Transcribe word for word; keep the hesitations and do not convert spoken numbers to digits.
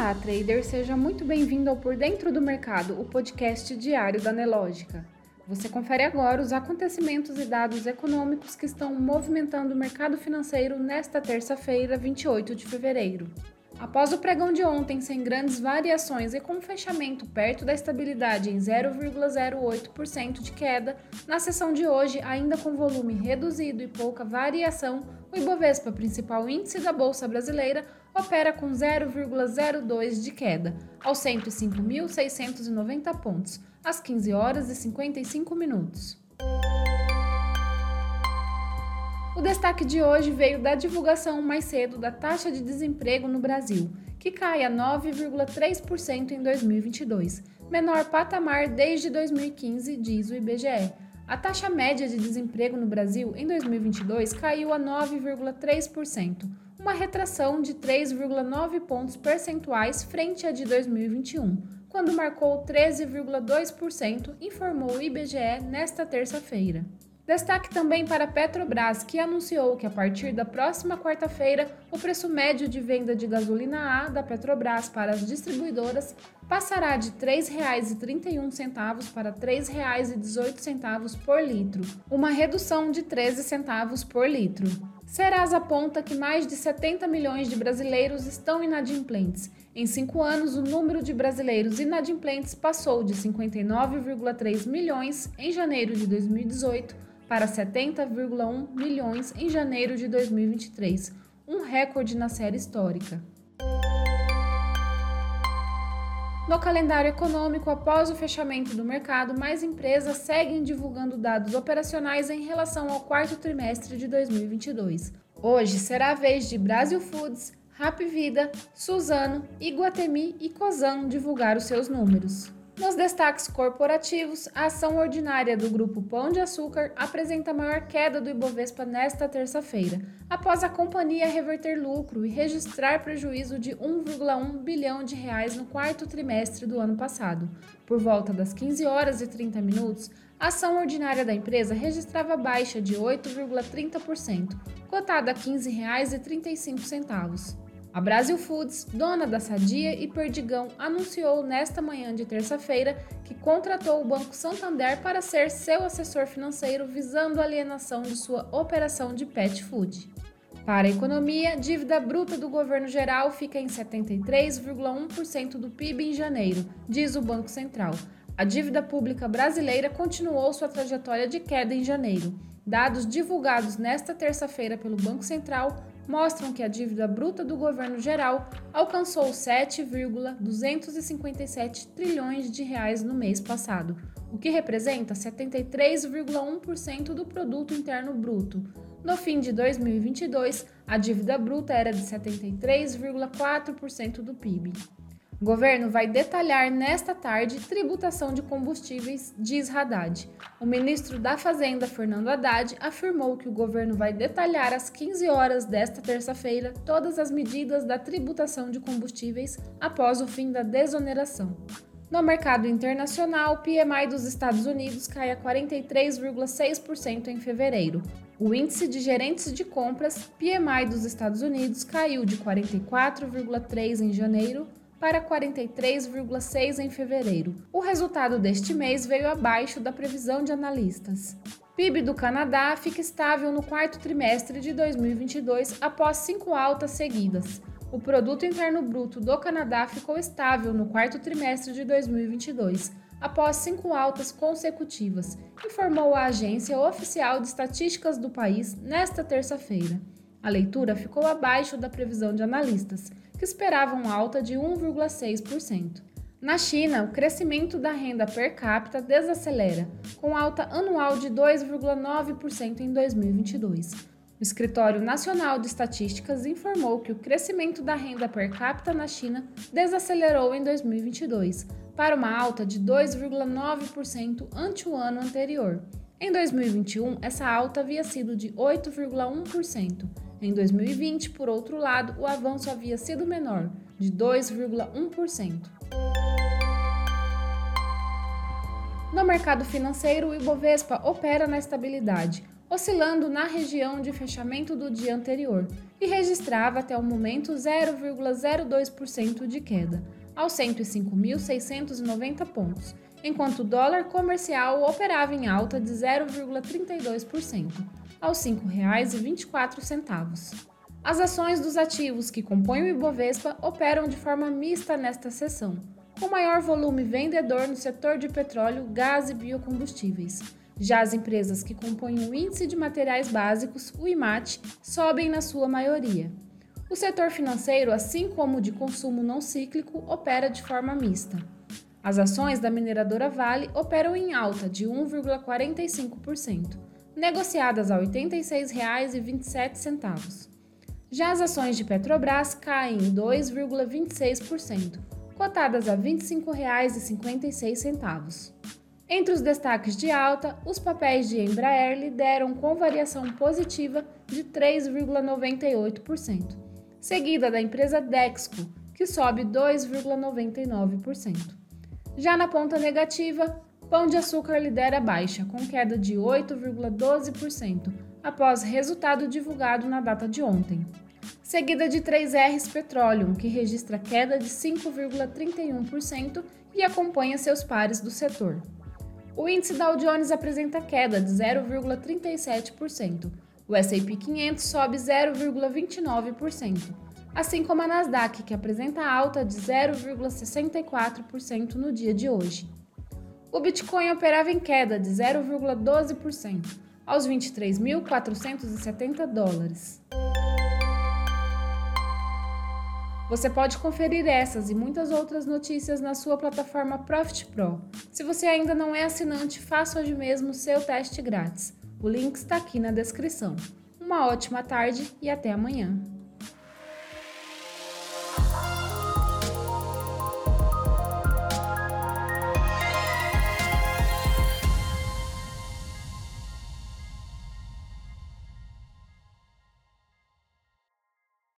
Olá, trader! Seja muito bem-vindo ao Por Dentro do Mercado, o podcast diário da Nelogica. Você confere agora os acontecimentos e dados econômicos que estão movimentando o mercado financeiro nesta terça-feira, vinte e oito de fevereiro. Após o pregão de ontem sem grandes variações e com um fechamento perto da estabilidade em zero vírgula zero oito por cento de queda, na sessão de hoje, ainda com volume reduzido e pouca variação, o Ibovespa, principal índice da Bolsa Brasileira, opera com zero vírgula zero dois por cento de queda, aos cento e cinco mil seiscentos e noventa pontos, às quinze horas e cinquenta e cinco minutos. O destaque de hoje veio da divulgação mais cedo da taxa de desemprego no Brasil, que cai a nove vírgula três por cento em dois mil e vinte e dois, menor patamar desde dois mil e quinze, diz o I B G E. A taxa média de desemprego no Brasil em dois mil e vinte e dois caiu a nove vírgula três por cento, uma retração de três vírgula nove pontos percentuais frente à de dois mil e vinte e um, quando marcou treze vírgula dois por cento, informou o I B G E nesta terça-feira. Destaque também para a Petrobras, que anunciou que a partir da próxima quarta-feira, o preço médio de venda de gasolina A da Petrobras para as distribuidoras passará de três reais e trinta e um centavos para três reais e dezoito centavos por litro, uma redução de treze centavos por litro. Serasa aponta que mais de setenta milhões de brasileiros estão inadimplentes. Em cinco anos, o número de brasileiros inadimplentes passou de cinquenta e nove vírgula três milhões em janeiro de dois mil e dezoito para setenta vírgula um milhões em janeiro de dois mil e vinte e três, um recorde na série histórica. No calendário econômico, após o fechamento do mercado, mais empresas seguem divulgando dados operacionais em relação ao quarto trimestre de dois mil e vinte e dois. Hoje será a vez de Brasil Foods, Hapvida, Suzano, Iguatemi e Cosan divulgar os seus números. Nos destaques corporativos, a ação ordinária do Grupo Pão de Açúcar apresenta a maior queda do Ibovespa nesta terça-feira, após a companhia reverter lucro e registrar prejuízo de um vírgula um bilhão de reais no quarto trimestre do ano passado. Por volta das quinze horas e trinta minutos, a ação ordinária da empresa registrava baixa de oito vírgula trinta por cento, cotada a quinze reais e trinta e cinco centavos. A Brasil Foods, dona da Sadia e Perdigão, anunciou nesta manhã de terça-feira que contratou o Banco Santander para ser seu assessor financeiro visando a alienação de sua operação de pet food. Para a economia, a dívida bruta do governo geral fica em setenta e três vírgula um por cento do P I B em janeiro, diz o Banco Central. A dívida pública brasileira continuou sua trajetória de queda em janeiro. Dados divulgados nesta terça-feira pelo Banco Central mostram que a dívida bruta do governo geral alcançou sete vírgula duzentos e cinquenta e sete trilhões de reais no mês passado, o que representa setenta e três vírgula um por cento do produto interno bruto. No fim de dois mil e vinte e dois, a dívida bruta era de setenta e três vírgula quatro por cento do P I B. O governo vai detalhar nesta tarde tributação de combustíveis, diz Haddad. O ministro da Fazenda, Fernando Haddad, afirmou que o governo vai detalhar às quinze horas desta terça-feira todas as medidas da tributação de combustíveis após o fim da desoneração. No mercado internacional, o P M I dos Estados Unidos cai a quarenta e três vírgula seis por cento em fevereiro. O índice de gerentes de compras, P M I dos Estados Unidos, caiu de quarenta e quatro vírgula três em janeiro para quarenta e três vírgula seis em fevereiro. O resultado deste mês veio abaixo da previsão de analistas. P I B do Canadá fica estável no quarto trimestre de dois mil e vinte e dois após cinco altas seguidas. O Produto Interno Bruto do Canadá ficou estável no quarto trimestre de dois mil e vinte e dois, após cinco altas consecutivas, informou a Agência Oficial de Estatísticas do país nesta terça-feira. A leitura ficou abaixo da previsão de analistas, que esperavam alta de um vírgula seis por cento. Na China, o crescimento da renda per capita desacelera, com alta anual de dois vírgula nove por cento em dois mil e vinte e dois. O Escritório Nacional de Estatísticas informou que o crescimento da renda per capita na China desacelerou em dois mil e vinte e dois, para uma alta de dois vírgula nove por cento ante o ano anterior. Em dois mil e vinte e um, essa alta havia sido de oito vírgula um por cento. Em dois mil e vinte, por outro lado, o avanço havia sido menor, de dois vírgula um por cento. No mercado financeiro, o Ibovespa opera na estabilidade. oscilando na região de fechamento do dia anterior e registrava até o momento zero vírgula zero dois por cento de queda, aos cento e cinco mil seiscentos e noventa pontos, enquanto o dólar comercial operava em alta de zero vírgula trinta e dois por cento, aos cinco reais e vinte e quatro centavos. As ações dos ativos que compõem o Ibovespa operam de forma mista nesta sessão, com maior volume vendedor no setor de petróleo, gás e biocombustíveis. Já as empresas que compõem o Índice de Materiais Básicos, o IMAT, sobem na sua maioria. O setor financeiro, assim como o de consumo não cíclico, opera de forma mista. As ações da mineradora Vale operam em alta de um vírgula quarenta e cinco por cento, negociadas a oitenta e seis reais e vinte e sete centavos. Já as ações de Petrobras caem em dois vírgula vinte e seis por cento, cotadas a vinte e cinco reais e cinquenta e seis centavos. Entre os destaques de alta, os papéis de Embraer lideram com variação positiva de três vírgula noventa e oito por cento, seguida da empresa Dexco, que sobe dois vírgula noventa e nove por cento. Já na ponta negativa, Pão de Açúcar lidera a baixa, com queda de oito vírgula doze por cento, após resultado divulgado na data de ontem. Seguida de três R Petroleum, que registra queda de cinco vírgula trinta e um por cento e acompanha seus pares do setor. O índice Dow Jones apresenta queda de zero vírgula trinta e sete por cento. O S e P quinhentos sobe zero vírgula vinte e nove por cento, assim como a Nasdaq, que apresenta alta de zero vírgula sessenta e quatro por cento no dia de hoje. O Bitcoin operava em queda de zero vírgula doze por cento, aos vinte e três mil quatrocentos e setenta dólares. Você pode conferir essas e muitas outras notícias na sua plataforma Profit Pro. Se você ainda não é assinante, faça hoje mesmo o seu teste grátis. O link está aqui na descrição. Uma ótima tarde e até amanhã.